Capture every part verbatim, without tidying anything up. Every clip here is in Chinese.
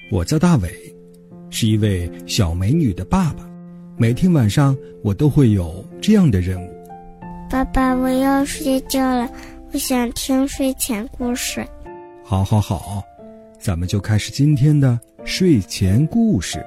我叫大伟，是一位小美女的爸爸。每天晚上我都会有这样的任务。 爸爸，我要睡觉了，我想听睡前故事。 好好好，咱们就开始今天的睡前故事。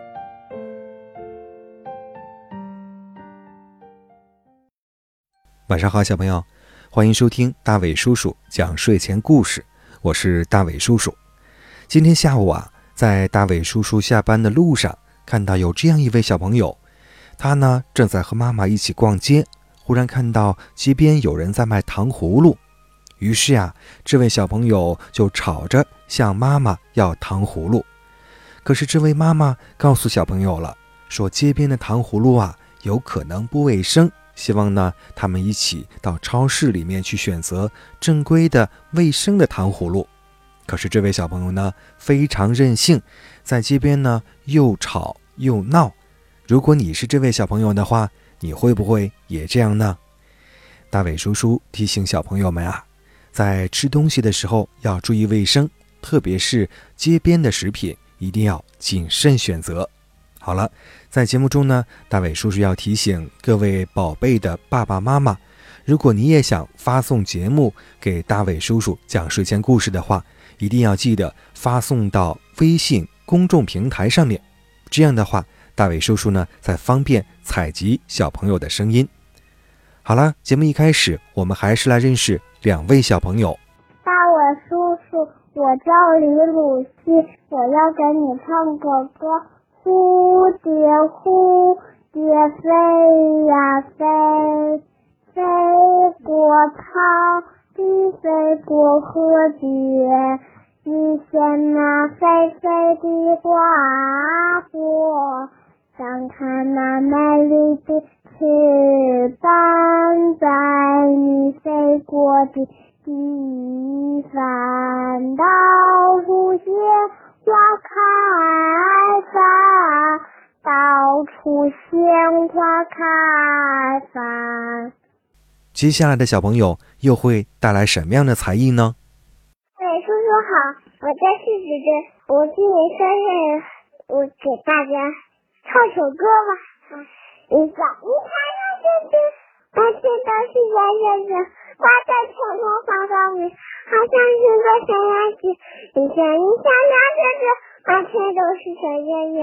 晚上好，小朋友，欢迎收听大伟叔叔讲睡前故事，我是大伟叔叔。今天下午啊，在大伟叔叔下班的路上，看到有这样一位小朋友，他呢正在和妈妈一起逛街，忽然看到街边有人在卖糖葫芦，于是啊，这位小朋友就吵着向妈妈要糖葫芦。可是这位妈妈告诉小朋友了，说街边的糖葫芦啊有可能不卫生，希望呢他们一起到超市里面去选择正规的卫生的糖葫芦。可是这位小朋友呢非常任性，在街边呢又吵又闹。如果你是这位小朋友的话，你会不会也这样呢？大伟叔叔提醒小朋友们啊，在吃东西的时候要注意卫生，特别是街边的食品一定要谨慎选择。好了，在节目中呢，大伟叔叔要提醒各位宝贝的爸爸妈妈，如果你也想发送节目给大伟叔叔讲睡前故事的话，一定要记得发送到微信公众平台上面，这样的话大伟叔叔呢才方便采集小朋友的声音。好了，节目一开始，我们还是来认识两位小朋友。 大伟叔叔，我叫李鲁西，我要给你唱个歌。蝴蝶蝴蝶飞呀飞，飞过草地，飞过河堤，你见那飞飞的花朵，想看那美丽的翅膀，在你飞过的地方，到处鲜花开放，到处鲜花开放。 接下来的小朋友又会带来什么样的才艺呢？ 对，叔叔好，我叫谢姐姐，我今年生日，我给大家唱首歌吧。一小一太阳升起，满天都是圆圆圆，挂在天空放放雨，好像是个小鸭子，一闪一闪亮着着，满天都是小圆圆。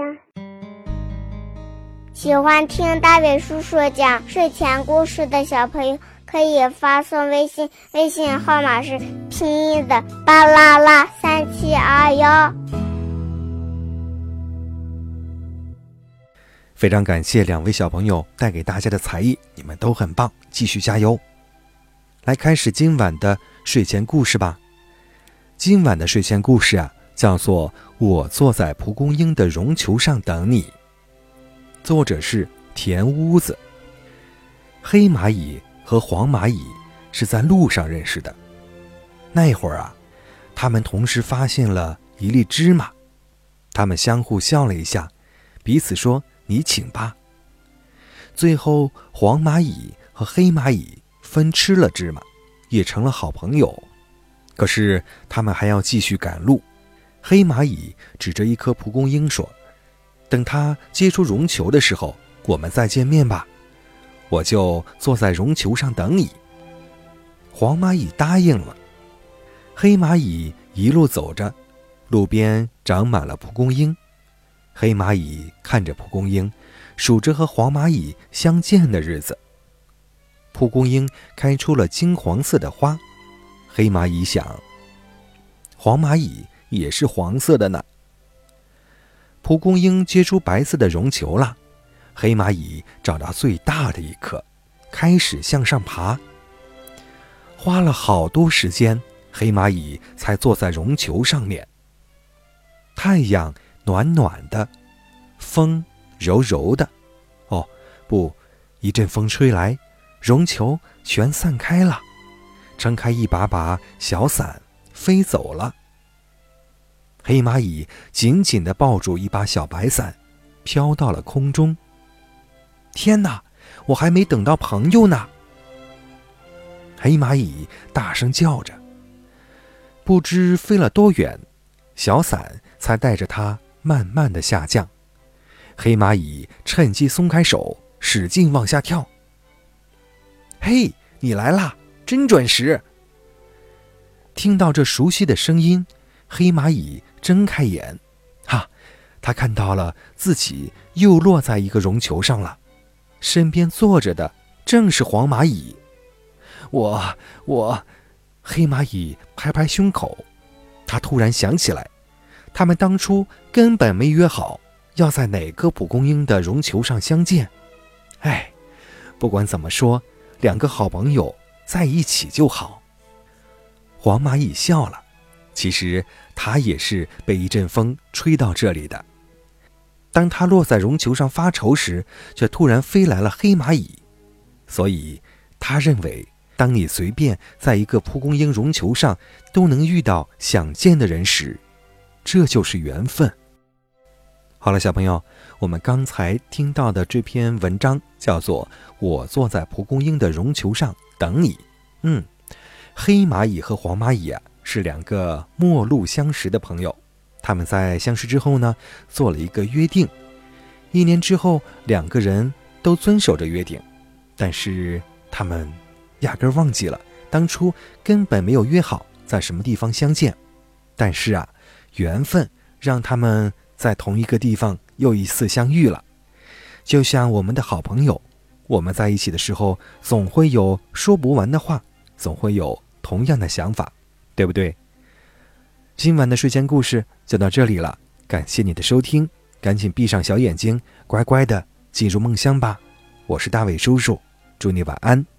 喜欢听大伟叔叔讲睡前故事的小朋友，可以发送微信，微信号码是拼音的巴啦啦三七二幺。 非常感谢两位小朋友带给大家的才艺，你们都很棒，继续加油。来开始今晚的睡前故事吧。今晚的睡前故事啊，叫做我坐在蒲公英的绒球上等你，作者是田屋子。黑蚂蚁和黄蚂蚁是在路上认识的，那会儿啊，他们同时发现了一粒芝麻，他们相互笑了一下，彼此说你请吧。最后黄蚂蚁和黑蚂蚁分吃了芝麻，也成了好朋友。可是他们还要继续赶路。黑蚂蚁指着一颗蒲公英说，等它结出绒球的时候，我们再见面吧，我就坐在绒球上等你。黄蚂蚁答应了。黑蚂蚁一路走着，路边长满了蒲公英。黑蚂蚁看着蒲公英，数着和黄蚂蚁相见的日子。蒲公英开出了金黄色的花，黑蚂蚁想，黄蚂蚁也是黄色的呢。蒲公英结出白色的绒球了，黑蚂蚁找到最大的一颗，开始向上爬。花了好多时间，黑蚂蚁才坐在绒球上面。太阳暖暖的，风柔柔的，哦，不，一阵风吹来，绒球全散开了，撑开一把把小伞，飞走了。黑蚂蚁紧紧地抱住一把小白伞，飘到了空中。天哪，我还没等到朋友呢！黑蚂蚁大声叫着。不知飞了多远，小伞才带着它慢慢的下降。黑蚂蚁趁机松开手，使劲往下跳。嘿，你来啦，真准时！听到这熟悉的声音，黑蚂蚁睁开眼，哈，他看到了自己又落在一个绒球上了，身边坐着的正是黄蚂蚁。我我黑蚂蚁拍拍胸口，他突然想起来，他们当初根本没约好要在哪个蒲公英的绒球上相见。哎，不管怎么说，两个好朋友在一起就好。黄蚂蚁笑了，其实他也是被一阵风吹到这里的。当他落在绒球上发愁时，却突然飞来了黑蚂蚁。所以他认为，当你随便在一个蒲公英绒球上都能遇到想见的人时，这就是缘分。好了，小朋友，我们刚才听到的这篇文章叫做《我坐在蒲公英的绒球上等你》。嗯，黑蚂蚁和黄蚂蚁啊，是两个陌路相识的朋友。他们在相识之后呢，做了一个约定。一年之后，两个人都遵守着约定，但是他们压根忘记了当初根本没有约好在什么地方相见。但是啊，缘分让他们在同一个地方又一次相遇了。就像我们的好朋友，我们在一起的时候总会有说不完的话，总会有同样的想法，对不对？今晚的睡前故事就到这里了，感谢你的收听，赶紧闭上小眼睛，乖乖的进入梦乡吧。我是大伟叔叔，祝你晚安。